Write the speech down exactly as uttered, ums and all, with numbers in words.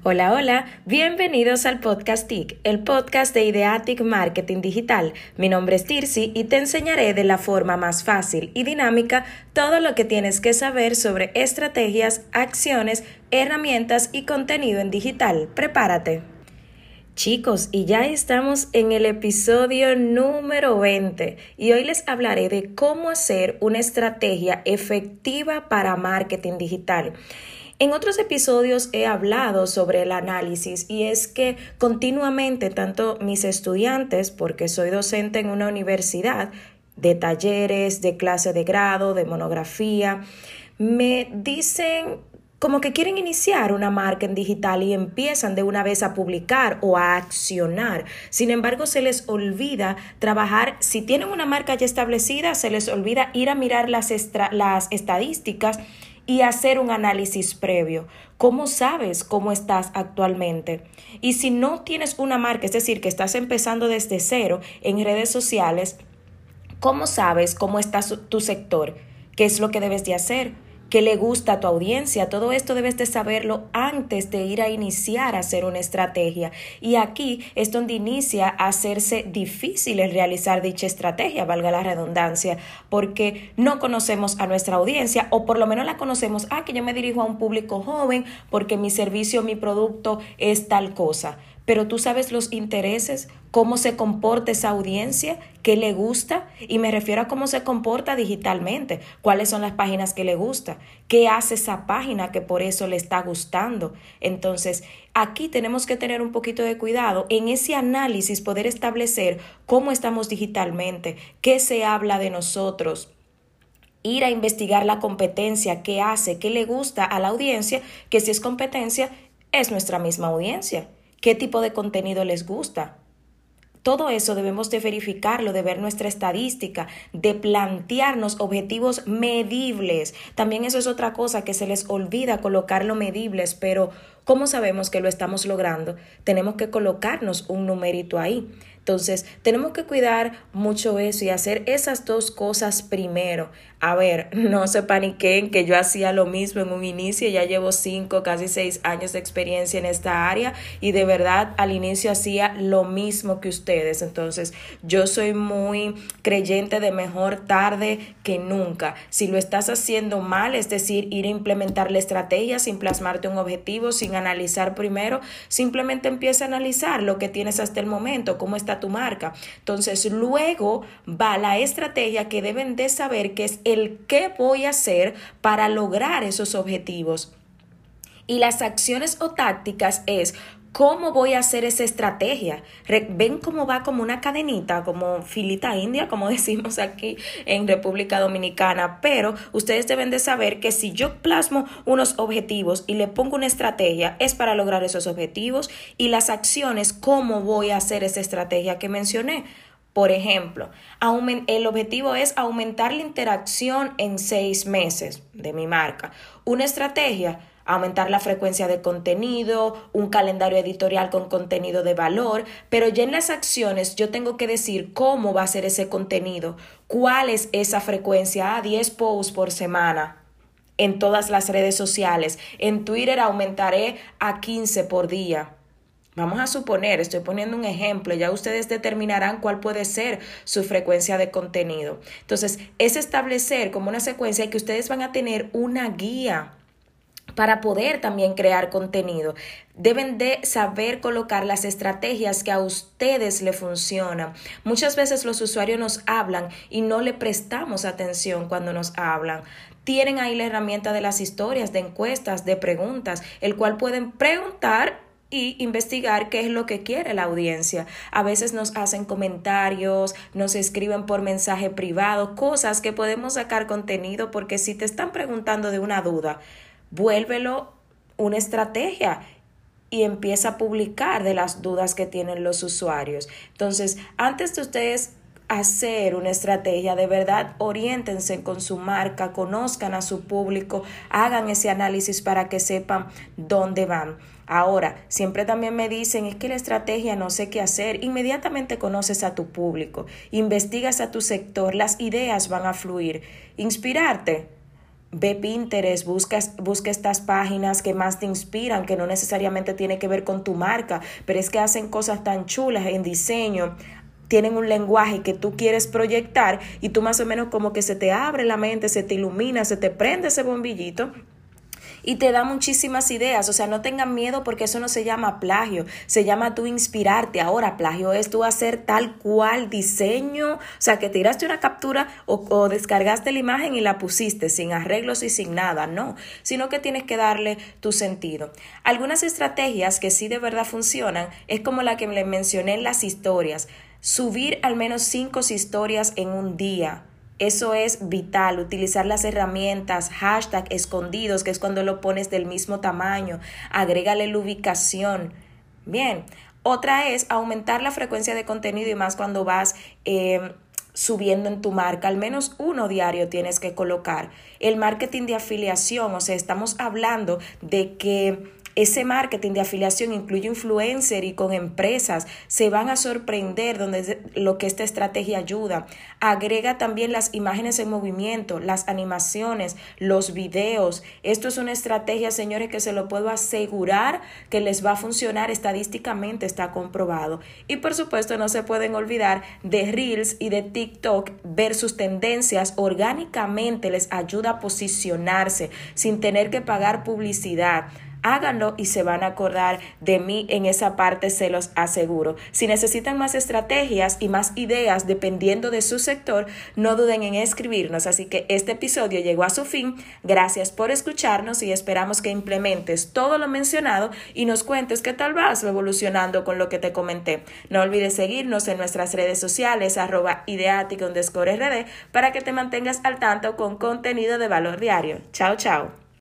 Hola, hola, bienvenidos al Podcast T I C, el podcast de Ideatic Marketing Digital. Mi nombre es Tirsi y te enseñaré de la forma más fácil y dinámica todo lo que tienes que saber sobre estrategias, acciones, herramientas y contenido en digital. Prepárate. Chicos, y ya estamos en el episodio número veinte y hoy les hablaré de cómo hacer una estrategia efectiva para marketing digital. En otros episodios he hablado sobre el análisis y es que continuamente tanto mis estudiantes, porque soy docente en una universidad de talleres, de clase de grado, de monografía, me dicen como que quieren iniciar una marca en digital y empiezan de una vez a publicar o a accionar. Sin embargo, se les olvida trabajar, si tienen una marca ya establecida, se les olvida ir a mirar las, extra, las estadísticas y hacer un análisis previo. ¿Cómo sabes cómo estás actualmente? Y si no tienes una marca, es decir, que estás empezando desde cero en redes sociales, ¿cómo sabes cómo está tu sector? ¿Qué es lo que debes de hacer? ¿Qué le gusta a tu audiencia? Todo esto debes de saberlo antes de ir a iniciar a hacer una estrategia. Y aquí es donde inicia a hacerse difícil el realizar dicha estrategia, valga la redundancia, porque no conocemos a nuestra audiencia o por lo menos la conocemos, ah, que yo me dirijo a un público joven porque mi servicio, mi producto es tal cosa. Pero tú sabes los intereses, cómo se comporta esa audiencia, qué le gusta, y me refiero a cómo se comporta digitalmente, cuáles son las páginas que le gusta, qué hace esa página que por eso le está gustando. Entonces, aquí tenemos que tener un poquito de cuidado en ese análisis, poder establecer cómo estamos digitalmente, qué se habla de nosotros, ir a investigar la competencia, qué hace, qué le gusta a la audiencia, que si es competencia, es nuestra misma audiencia. ¿Qué tipo de contenido les gusta? Todo eso debemos de verificarlo, de ver nuestra estadística, de plantearnos objetivos medibles. También eso es otra cosa que se les olvida, colocarlo medibles, pero ¿cómo sabemos que lo estamos logrando? Tenemos que colocarnos un numerito ahí. Entonces, tenemos que cuidar mucho eso y hacer esas dos cosas primero. A ver, no se paniquen que yo hacía lo mismo en un inicio, ya llevo cinco, casi seis años de experiencia en esta área y de verdad al inicio hacía lo mismo que ustedes. Entonces, yo soy muy creyente de mejor tarde que nunca. Si lo estás haciendo mal, es decir, ir a implementar la estrategia sin plasmarte un objetivo, sin analizar primero, simplemente empieza a analizar lo que tienes hasta el momento, cómo está tu marca. Entonces, luego va la estrategia que deben de saber que es el qué voy a hacer para lograr esos objetivos. Y las acciones o tácticas es ¿cómo voy a hacer esa estrategia? ¿Ven cómo va como una cadenita, como filita india, como decimos aquí en República Dominicana? Pero ustedes deben de saber que si yo plasmo unos objetivos y le pongo una estrategia, es para lograr esos objetivos, y las acciones, ¿cómo voy a hacer esa estrategia que mencioné? Por ejemplo, el objetivo es aumentar la interacción en seis meses de mi marca. Una estrategia, aumentar la frecuencia de contenido, un calendario editorial con contenido de valor, pero ya en las acciones yo tengo que decir cómo va a ser ese contenido, cuál es esa frecuencia, ah, diez posts por semana en todas las redes sociales. En Twitter aumentaré a quince por día. Vamos a suponer, estoy poniendo un ejemplo, ya ustedes determinarán cuál puede ser su frecuencia de contenido. Entonces, es establecer como una secuencia que ustedes van a tener una guía para poder también crear contenido. Deben de saber colocar las estrategias que a ustedes le funcionan. Muchas veces los usuarios nos hablan y no le prestamos atención cuando nos hablan. Tienen ahí la herramienta de las historias, de encuestas, de preguntas, el cual pueden preguntar y investigar qué es lo que quiere la audiencia. A veces nos hacen comentarios, nos escriben por mensaje privado, cosas que podemos sacar contenido, porque si te están preguntando de una duda, vuélvelo una estrategia y empieza a publicar de las dudas que tienen los usuarios. Entonces, antes de ustedes hacer una estrategia, de verdad oriéntense con su marca, conozcan a su público, hagan ese análisis para que sepan dónde van. Ahora, siempre también me dicen, es que la estrategia no sé qué hacer. Inmediatamente conoces a tu público, investigas a tu sector, las ideas van a fluir. Inspirarte. ve Pinterest, busca, busca estas páginas que más te inspiran, que no necesariamente tiene que ver con tu marca, pero es que hacen cosas tan chulas en diseño, tienen un lenguaje que tú quieres proyectar y tú más o menos como que se te abre la mente, se te ilumina, se te prende ese bombillito y te da muchísimas ideas. O sea, no tengan miedo porque eso no se llama plagio, se llama tú inspirarte. Ahora, plagio es tú hacer tal cual diseño, o sea, que tiraste una captura o, o descargaste la imagen y la pusiste sin arreglos y sin nada, no, sino que tienes que darle tu sentido. Algunas estrategias que sí de verdad funcionan es como la que le mencioné en las historias, subir al menos cinco historias en un día. Eso es vital, utilizar las herramientas, hashtag escondidos, que es cuando lo pones del mismo tamaño, agrégale la ubicación. Bien, otra es aumentar la frecuencia de contenido y más cuando vas eh, subiendo en tu marca, al menos uno diario tienes que colocar. El marketing de afiliación, o sea, estamos hablando de que ese marketing de afiliación incluye influencer y con empresas. Se van a sorprender donde lo que esta estrategia ayuda. Agrega también las imágenes en movimiento, las animaciones, los videos. Esto es una estrategia, señores, que se lo puedo asegurar que les va a funcionar. Estadísticamente está comprobado. Y por supuesto no se pueden olvidar de Reels y de TikTok. Ver sus tendencias orgánicamente les ayuda a posicionarse sin tener que pagar publicidad. Háganlo y se van a acordar de mí en esa parte, se los aseguro. Si necesitan más estrategias y más ideas dependiendo de su sector, no duden en escribirnos. Así que este episodio llegó a su fin. Gracias por escucharnos y esperamos que implementes todo lo mencionado y nos cuentes qué tal vas evolucionando con lo que te comenté. No olvides seguirnos en nuestras redes sociales, arroba ideatic underscore rd, para que te mantengas al tanto con contenido de valor diario. Chao, chao.